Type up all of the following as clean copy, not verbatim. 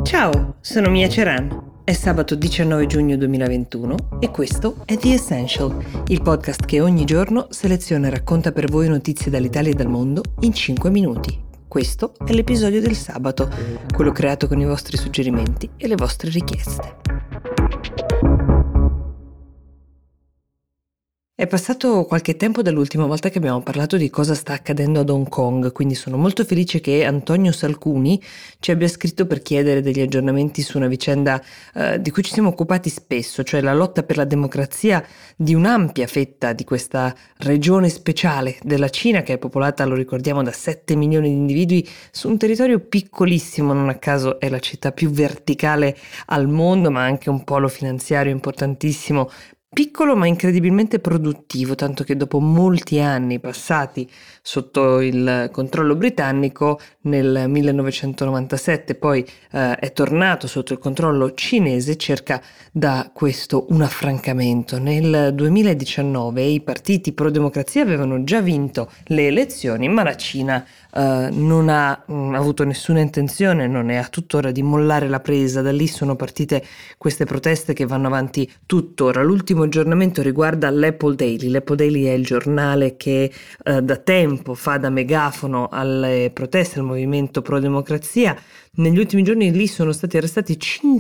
Ciao, sono Mia Ceran. È sabato 19 giugno 2021 e questo è The Essential, il podcast che ogni giorno seleziona e racconta per voi notizie dall'Italia e dal mondo in 5 minuti. Questo è l'episodio del sabato, quello creato con i vostri suggerimenti e le vostre richieste. È passato qualche tempo dall'ultima volta che abbiamo parlato di cosa sta accadendo ad Hong Kong, quindi sono molto felice che Antonio Salcuni ci abbia scritto per chiedere degli aggiornamenti su una vicenda di cui ci siamo occupati spesso, cioè la lotta per la democrazia di un'ampia fetta di questa regione speciale della Cina che è popolata, lo ricordiamo, da 7 milioni di individui su un territorio piccolissimo, non a caso è la città più verticale al mondo, ma anche un polo finanziario importantissimo. Piccolo ma incredibilmente produttivo, tanto che dopo molti anni passati sotto il controllo britannico, nel 1997 poi è tornato sotto il controllo cinese, cerca da questo un affrancamento. Nel 2019 i partiti pro-democrazia avevano già vinto le elezioni, ma la Cina non ha avuto nessuna intenzione, non è a tuttora, di mollare la presa. Da lì sono partite queste proteste che vanno avanti tuttora. L'ultimo aggiornamento riguarda l'Apple Daily. L'Apple Daily è il giornale che da tempo fa da megafono alle proteste, al movimento pro-democrazia. Negli ultimi giorni lì sono stati arrestati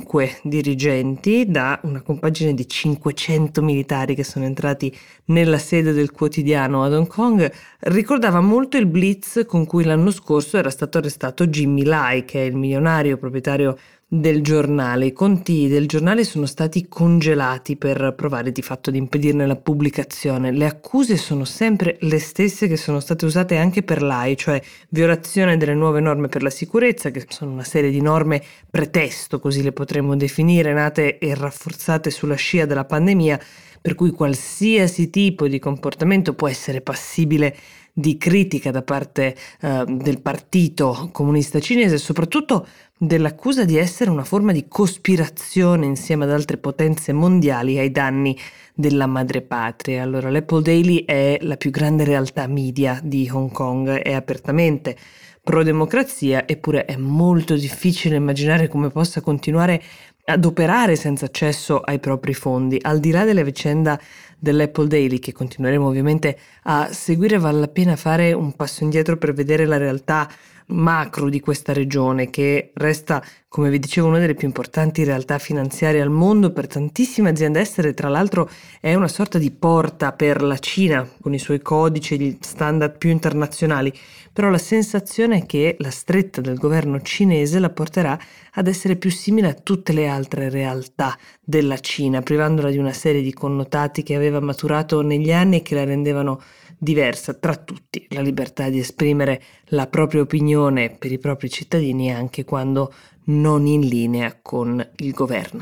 5 dirigenti da una compagine di 500 militari che sono entrati nella sede del quotidiano ad Hong Kong. Ricordava molto il blitz con cui l'anno scorso era stato arrestato Jimmy Lai, che è il milionario proprietario del giornale. I conti del giornale sono stati congelati per provare di fatto ad impedirne la pubblicazione. Le accuse sono sempre le stesse che sono state usate anche per Lai, cioè violazione delle nuove norme per la sicurezza, che sono una serie di norme pretesto, così le potremmo definire, nate e rafforzate sulla scia della pandemia, per cui qualsiasi tipo di comportamento può essere passibile di critica da parte del Partito Comunista Cinese, soprattutto dell'accusa di essere una forma di cospirazione insieme ad altre potenze mondiali ai danni della madrepatria. Allora, l'Apple Daily è la più grande realtà media di Hong Kong, è apertamente pro-democrazia, eppure è molto difficile immaginare come possa continuare ad operare senza accesso ai propri fondi. Al di là della vicenda dell'Apple Daily, che continueremo ovviamente a seguire, vale la pena fare un passo indietro per vedere la realtà macro di questa regione, che resta, come vi dicevo, una delle più importanti realtà finanziarie al mondo per tantissime aziende estere. Tra l'altro è una sorta di porta per la Cina, con i suoi codici e gli standard più internazionali, però la sensazione è che la stretta del governo cinese la porterà ad essere più simile a tutte le altre realtà della Cina, privandola di una serie di connotati che aveva maturato negli anni e che la rendevano diversa, tra tutti la libertà di esprimere la propria opinione per i propri cittadini anche quando non in linea con il governo.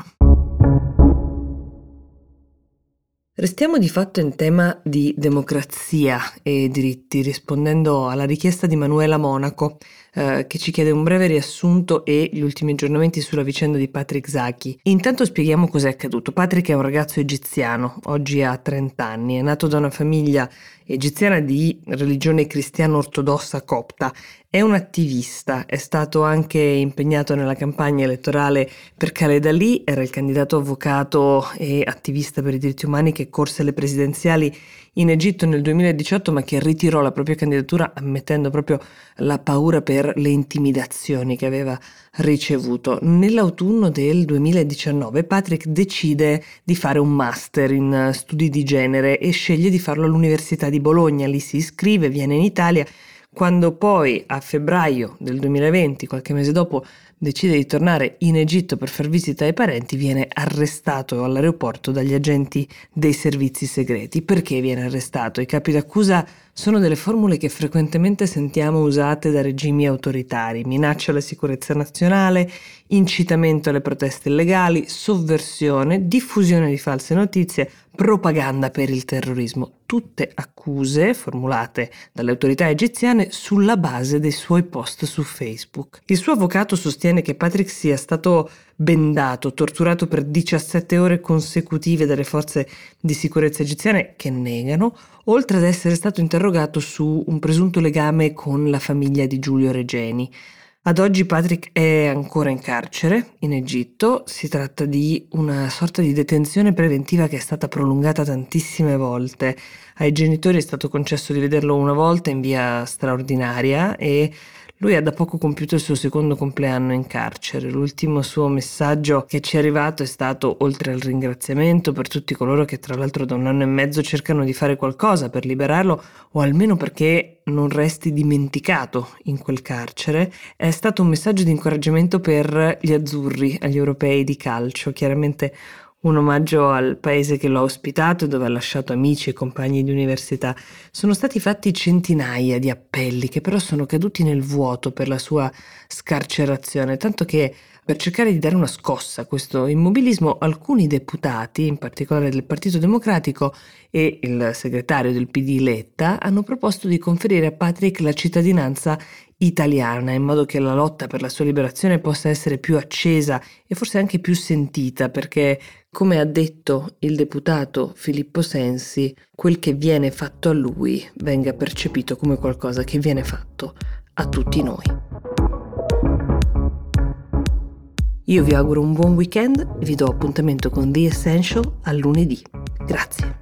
Restiamo di fatto in tema di democrazia e diritti, rispondendo alla richiesta di Manuela Monaco, che ci chiede un breve riassunto e gli ultimi aggiornamenti sulla vicenda di Patrick Zaki. Intanto spieghiamo cos'è accaduto. Patrick è un ragazzo egiziano, oggi ha 30 anni, è nato da una famiglia egiziana di religione cristiana ortodossa copta. È un attivista, è stato anche impegnato nella campagna elettorale per Khaled Ali, era il candidato avvocato e attivista per i diritti umani che corse alle presidenziali in Egitto nel 2018, ma che ritirò la propria candidatura ammettendo proprio la paura per le intimidazioni che aveva ricevuto. Nell'autunno del 2019 Patrick decide di fare un master in studi di genere e sceglie di farlo all'Università di Bologna. Lì si iscrive, viene in Italia. Quando poi a febbraio del 2020, qualche mese dopo, decide di tornare in Egitto per far visita ai parenti, viene arrestato all'aeroporto dagli agenti dei servizi segreti. Perché viene arrestato? I capi d'accusa sono delle formule che frequentemente sentiamo usate da regimi autoritari: minaccia alla sicurezza nazionale, incitamento alle proteste illegali, sovversione, diffusione di false notizie, propaganda per il terrorismo. Tutte accuse formulate dalle autorità egiziane sulla base dei suoi post su Facebook. Il suo avvocato sostiene che Patrick sia stato bendato, torturato per 17 ore consecutive dalle forze di sicurezza egiziane, che negano, oltre ad essere stato interrogato su un presunto legame con la famiglia di Giulio Regeni. Ad oggi Patrick è ancora in carcere in Egitto. Si tratta di una sorta di detenzione preventiva che è stata prolungata tantissime volte. Ai genitori è stato concesso di vederlo una volta in via straordinaria e lui ha da poco compiuto il suo secondo compleanno in carcere. L'ultimo suo messaggio che ci è arrivato è stato, oltre al ringraziamento per tutti coloro che tra l'altro da 1 anno e mezzo cercano di fare qualcosa per liberarlo, o almeno perché non resti dimenticato in quel carcere, è stato un messaggio di incoraggiamento per gli azzurri, agli europei di calcio. Chiaramente un omaggio al paese che l'ha ospitato e dove ha lasciato amici e compagni di università. Sono stati fatti centinaia di appelli che però sono caduti nel vuoto per la sua scarcerazione, tanto che per cercare di dare una scossa a questo immobilismo alcuni deputati, in particolare del Partito Democratico e il segretario del PD Letta, hanno proposto di conferire a Patrick la cittadinanza italiana, in modo che la lotta per la sua liberazione possa essere più accesa e forse anche più sentita, perché, come ha detto il deputato Filippo Sensi, quel che viene fatto a lui venga percepito come qualcosa che viene fatto a tutti noi. Io vi auguro un buon weekend e vi do appuntamento con The Essential a lunedì. Grazie.